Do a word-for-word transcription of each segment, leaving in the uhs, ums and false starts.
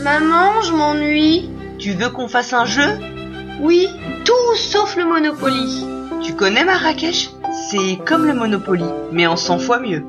Maman, je m'ennuie. Tu veux qu'on fasse un jeu? Oui, tout sauf le Monopoly. Tu connais Marrakech? C'est comme le Monopoly, mais en cent fois mieux.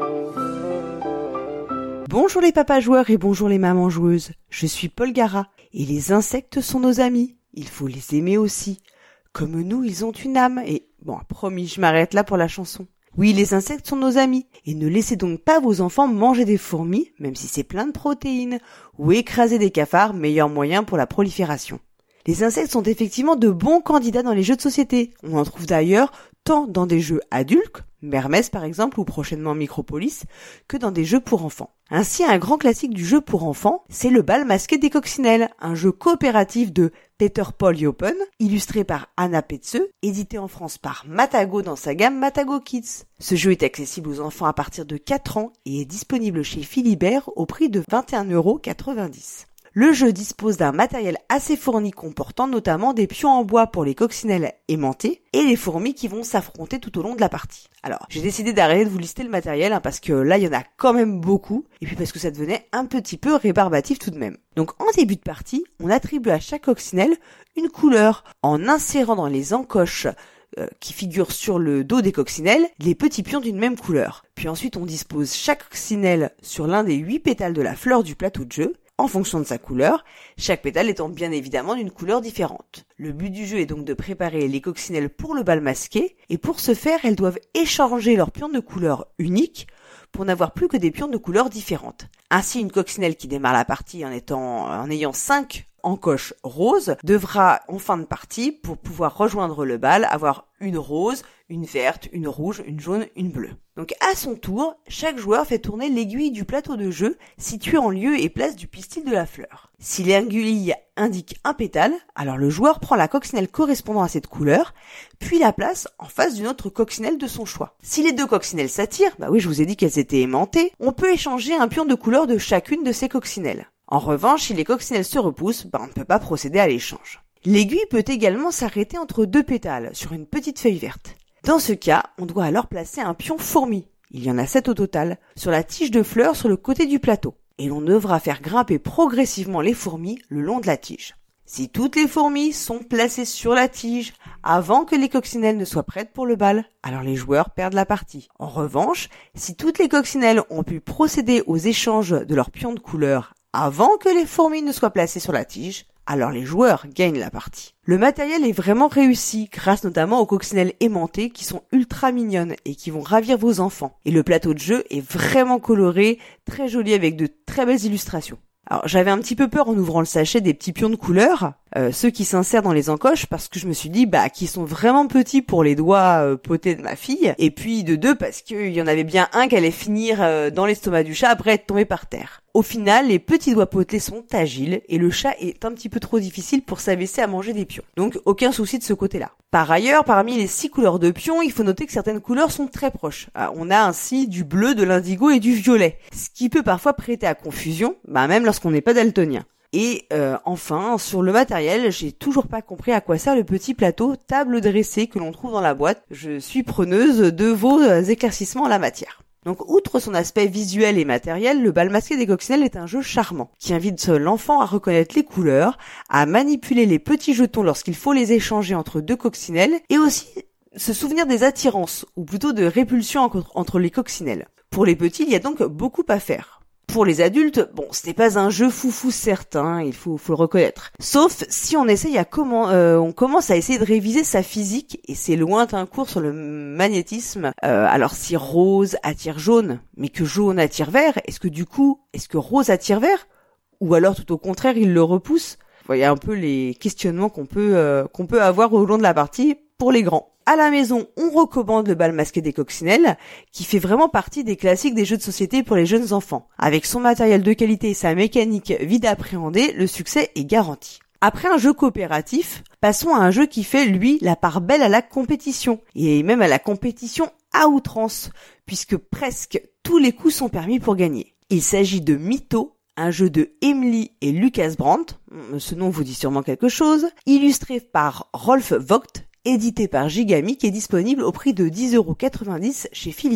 Bonjour les papas joueurs et bonjour les mamans joueuses. Je suis Paul Gara et les insectes sont nos amis. Il faut les aimer aussi. Comme nous, ils ont une âme et... Bon, promis, je m'arrête là pour la chanson. Oui, les insectes sont nos amis. Et ne laissez donc pas vos enfants manger des fourmis, même si c'est plein de protéines, ou écraser des cafards, meilleur moyen pour la prolifération. Les insectes sont effectivement de bons candidats dans les jeux de société. On en trouve d'ailleurs tant dans des jeux adultes, Hermès par exemple ou prochainement Micropolis, que dans des jeux pour enfants. Ainsi, un grand classique du jeu pour enfants, c'est le bal masqué des coccinelles, un jeu coopératif de Peter Paul Yopen, illustré par Anna Petzeux, édité en France par Matago dans sa gamme Matago Kids. Ce jeu est accessible aux enfants à partir de quatre ans et est disponible chez Philibert au prix de vingt et un euros quatre-vingt-dix. Le jeu dispose d'un matériel assez fourni comportant notamment des pions en bois pour les coccinelles aimantées et les fourmis qui vont s'affronter tout au long de la partie. Alors, j'ai décidé d'arrêter de vous lister le matériel hein, parce que là, il y en a quand même beaucoup et puis parce que ça devenait un petit peu rébarbatif tout de même. Donc, en début de partie, on attribue à chaque coccinelle une couleur en insérant dans les encoches euh, qui figurent sur le dos des coccinelles les petits pions d'une même couleur. Puis ensuite, on dispose chaque coccinelle sur l'un des huit pétales de la fleur du plateau de jeu en fonction de sa couleur, chaque pétale étant bien évidemment d'une couleur différente. Le but du jeu est donc de préparer les coccinelles pour le bal masqué, et pour ce faire, elles doivent échanger leurs pions de couleur unique pour n'avoir plus que des pions de couleurs différentes. Ainsi, une coccinelle qui démarre la partie en étant, en ayant cinq encoches roses devra, en fin de partie, pour pouvoir rejoindre le bal, avoir une rose, une verte, une rouge, une jaune, une bleue. Donc à son tour, chaque joueur fait tourner l'aiguille du plateau de jeu situé en lieu et place du pistil de la fleur. Si l'aiguille indique un pétale, alors le joueur prend la coccinelle correspondant à cette couleur, puis la place en face d'une autre coccinelle de son choix. Si les deux coccinelles s'attirent, bah oui je vous ai dit qu'elles étaient aimantées, on peut échanger un pion de couleur de chacune de ces coccinelles. En revanche, si les coccinelles se repoussent, bah on ne peut pas procéder à l'échange. L'aiguille peut également s'arrêter entre deux pétales, sur une petite feuille verte. Dans ce cas, on doit alors placer un pion fourmi, il y en a sept au total, sur la tige de fleurs sur le côté du plateau. Et l'on devra faire grimper progressivement les fourmis le long de la tige. Si toutes les fourmis sont placées sur la tige avant que les coccinelles ne soient prêtes pour le bal, alors les joueurs perdent la partie. En revanche, si toutes les coccinelles ont pu procéder aux échanges de leurs pions de couleur avant que les fourmis ne soient placées sur la tige, alors les joueurs gagnent la partie. Le matériel est vraiment réussi, grâce notamment aux coccinelles aimantées qui sont ultra mignonnes et qui vont ravir vos enfants. Et le plateau de jeu est vraiment coloré, très joli avec de très belles illustrations. Alors j'avais un petit peu peur en ouvrant le sachet des petits pions de couleur, euh, ceux qui s'insèrent dans les encoches, parce que je me suis dit bah qu'ils sont vraiment petits pour les doigts euh, potés de ma fille, et puis de deux parce qu'il y en avait bien un qui allait finir euh, dans l'estomac du chat après être tombé par terre. Au final, les petits doigts potelés sont agiles et le chat est un petit peu trop difficile pour s'abaisser à manger des pions. Donc aucun souci de ce côté-là. Par ailleurs, parmi les six couleurs de pions, il faut noter que certaines couleurs sont très proches. Ah, on a ainsi du bleu, de l'indigo et du violet, ce qui peut parfois prêter à confusion, bah même lorsqu'on n'est pas daltonien. Et euh, enfin, sur le matériel, j'ai toujours pas compris à quoi sert le petit plateau table dressée que l'on trouve dans la boîte. Je suis preneuse de vos éclaircissements en la matière. Donc, outre son aspect visuel et matériel, le bal masqué des coccinelles est un jeu charmant, qui invite l'enfant à reconnaître les couleurs, à manipuler les petits jetons lorsqu'il faut les échanger entre deux coccinelles, et aussi se souvenir des attirances, ou plutôt de répulsions entre, entre les coccinelles. Pour les petits, il y a donc beaucoup à faire. Pour les adultes, bon, ce n'est pas un jeu foufou certain, il faut, faut le reconnaître. Sauf si on essaye à comment, euh, on commence à essayer de réviser sa physique et ses lointains cours sur le magnétisme. Euh, alors si rose attire jaune, mais que jaune attire vert, est-ce que du coup, est-ce que rose attire vert? Ou alors tout au contraire, il le repousse? Vous voyez un peu les questionnements qu'on peut, euh, qu'on peut avoir au long de la partie pour les grands. À la maison, on recommande le bal masqué des coccinelles, qui fait vraiment partie des classiques des jeux de société pour les jeunes enfants. Avec son matériel de qualité et sa mécanique vite appréhendée, le succès est garanti. Après un jeu coopératif, passons à un jeu qui fait, lui, la part belle à la compétition, et même à la compétition à outrance, puisque presque tous les coups sont permis pour gagner. Il s'agit de Mytho, un jeu de Emily et Lucas Brandt, ce nom vous dit sûrement quelque chose, illustré par Rolf Vogt, édité par Gigamic, qui est disponible au prix de dix euros quatre-vingt-dix chez Philibert.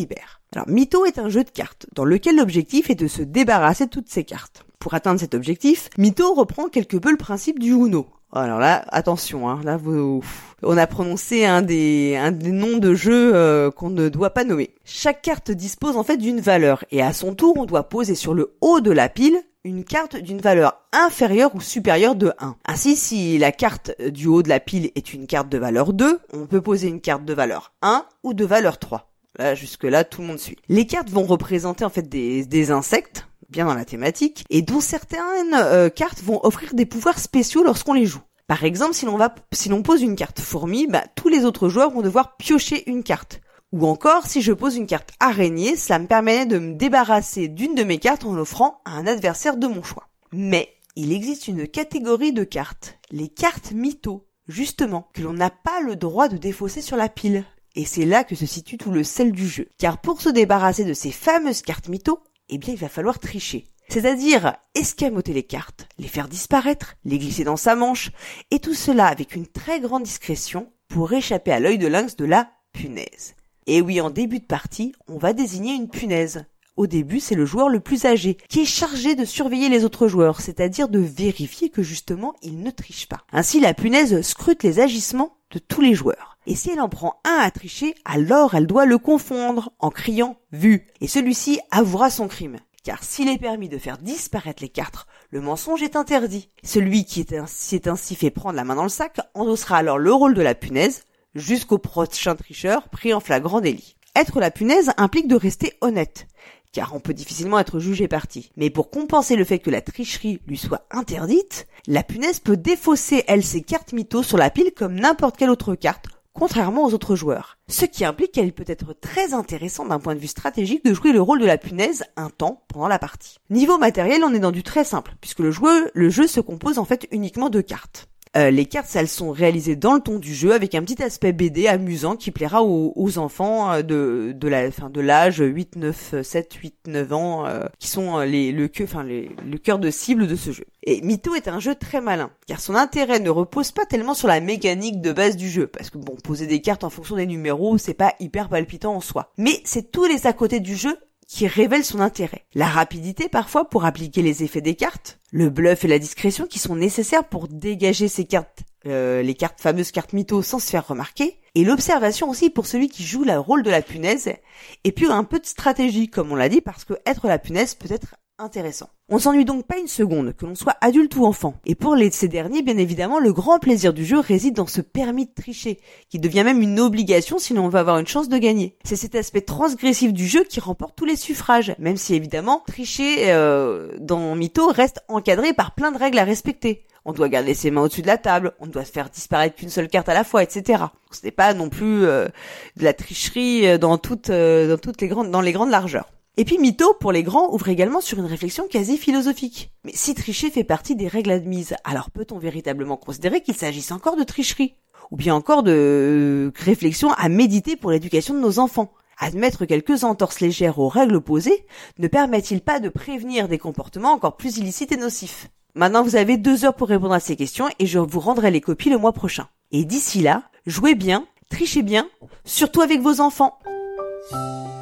Alors, Mytho est un jeu de cartes, dans lequel l'objectif est de se débarrasser de toutes ces cartes. Pour atteindre cet objectif, Mytho reprend quelque peu le principe du Uno. Alors là, attention, hein, là, vous, on a prononcé un des, un des noms de jeux euh, qu'on ne doit pas nommer. Chaque carte dispose en fait d'une valeur, et à son tour, on doit poser sur le haut de la pile une carte d'une valeur inférieure ou supérieure de un. Ainsi, si la carte du haut de la pile est une carte de valeur deux, on peut poser une carte de valeur un ou de valeur trois. Là, jusque-là, tout le monde suit. Les cartes vont représenter en fait des, des insectes, bien dans la thématique, et dont certaines euh, cartes vont offrir des pouvoirs spéciaux lorsqu'on les joue. Par exemple, si l'on va, si l'on pose une carte fourmi, bah, tous les autres joueurs vont devoir piocher une carte. Ou encore, si je pose une carte araignée, cela me permet de me débarrasser d'une de mes cartes en l'offrant à un adversaire de mon choix. Mais, il existe une catégorie de cartes, les cartes Mytho, justement, que l'on n'a pas le droit de défausser sur la pile. Et c'est là que se situe tout le sel du jeu. Car pour se débarrasser de ces fameuses cartes Mytho, eh bien il va falloir tricher. C'est-à-dire escamoter les cartes, les faire disparaître, les glisser dans sa manche, et tout cela avec une très grande discrétion pour échapper à l'œil de lynx de la punaise. Et oui, en début de partie, on va désigner une punaise. Au début, c'est le joueur le plus âgé, qui est chargé de surveiller les autres joueurs, c'est-à-dire de vérifier que justement, ils ne trichent pas. Ainsi, la punaise scrute les agissements de tous les joueurs. Et si elle en prend un à tricher, alors elle doit le confondre en criant « vu ». Et celui-ci avouera son crime. Car s'il est permis de faire disparaître les cartes, le mensonge est interdit. Celui qui est ainsi, est ainsi fait prendre la main dans le sac endossera alors le rôle de la punaise, jusqu'au prochain tricheur pris en flagrant délit. Être la punaise implique de rester honnête, car on peut difficilement être jugé parti. Mais pour compenser le fait que la tricherie lui soit interdite, la punaise peut défausser, elle, ses cartes Mytho sur la pile comme n'importe quelle autre carte, contrairement aux autres joueurs. Ce qui implique qu'elle peut être très intéressant d'un point de vue stratégique de jouer le rôle de la punaise un temps pendant la partie. Niveau matériel, on est dans du très simple, puisque le jeu, le jeu se compose en fait uniquement de cartes. Euh, les cartes, elles sont réalisées dans le ton du jeu avec un petit aspect B D amusant qui plaira aux, aux enfants de de la fin de l'âge huit, neuf, sept, huit, neuf ans euh, qui sont les le cœur enfin les le cœur de cible de ce jeu. Et Mytho est un jeu très malin car son intérêt ne repose pas tellement sur la mécanique de base du jeu parce que bon, poser des cartes en fonction des numéros, c'est pas hyper palpitant en soi. Mais c'est tous les à côté du jeu qui révèle son intérêt. La rapidité parfois pour appliquer les effets des cartes, le bluff et la discrétion qui sont nécessaires pour dégager ces cartes, euh, les cartes fameuses cartes Mytho sans se faire remarquer, et l'observation aussi pour celui qui joue le rôle de la punaise, et puis un peu de stratégie comme on l'a dit parce que être la punaise peut être intéressant. On s'ennuie donc pas une seconde, que l'on soit adulte ou enfant. Et pour les, ces derniers, bien évidemment, le grand plaisir du jeu réside dans ce permis de tricher, qui devient même une obligation si l'on veut avoir une chance de gagner. C'est cet aspect transgressif du jeu qui remporte tous les suffrages, même si évidemment, tricher euh, dans Mytho reste encadré par plein de règles à respecter. On doit garder ses mains au-dessus de la table, on doit faire disparaître qu'une seule carte à la fois, et cetera. Ce n'est pas non plus euh, de la tricherie dans toutes, euh, dans toutes les grandes, dans les grandes largeurs. Et puis Mytho, pour les grands, ouvre également sur une réflexion quasi philosophique. Mais si tricher fait partie des règles admises, alors peut-on véritablement considérer qu'il s'agisse encore de tricherie? Ou bien encore de réflexion à méditer pour l'éducation de nos enfants? Admettre quelques entorses légères aux règles posées ne permet-il pas de prévenir des comportements encore plus illicites et nocifs? Maintenant, vous avez deux heures pour répondre à ces questions et je vous rendrai les copies le mois prochain. Et d'ici là, jouez bien, trichez bien, surtout avec vos enfants.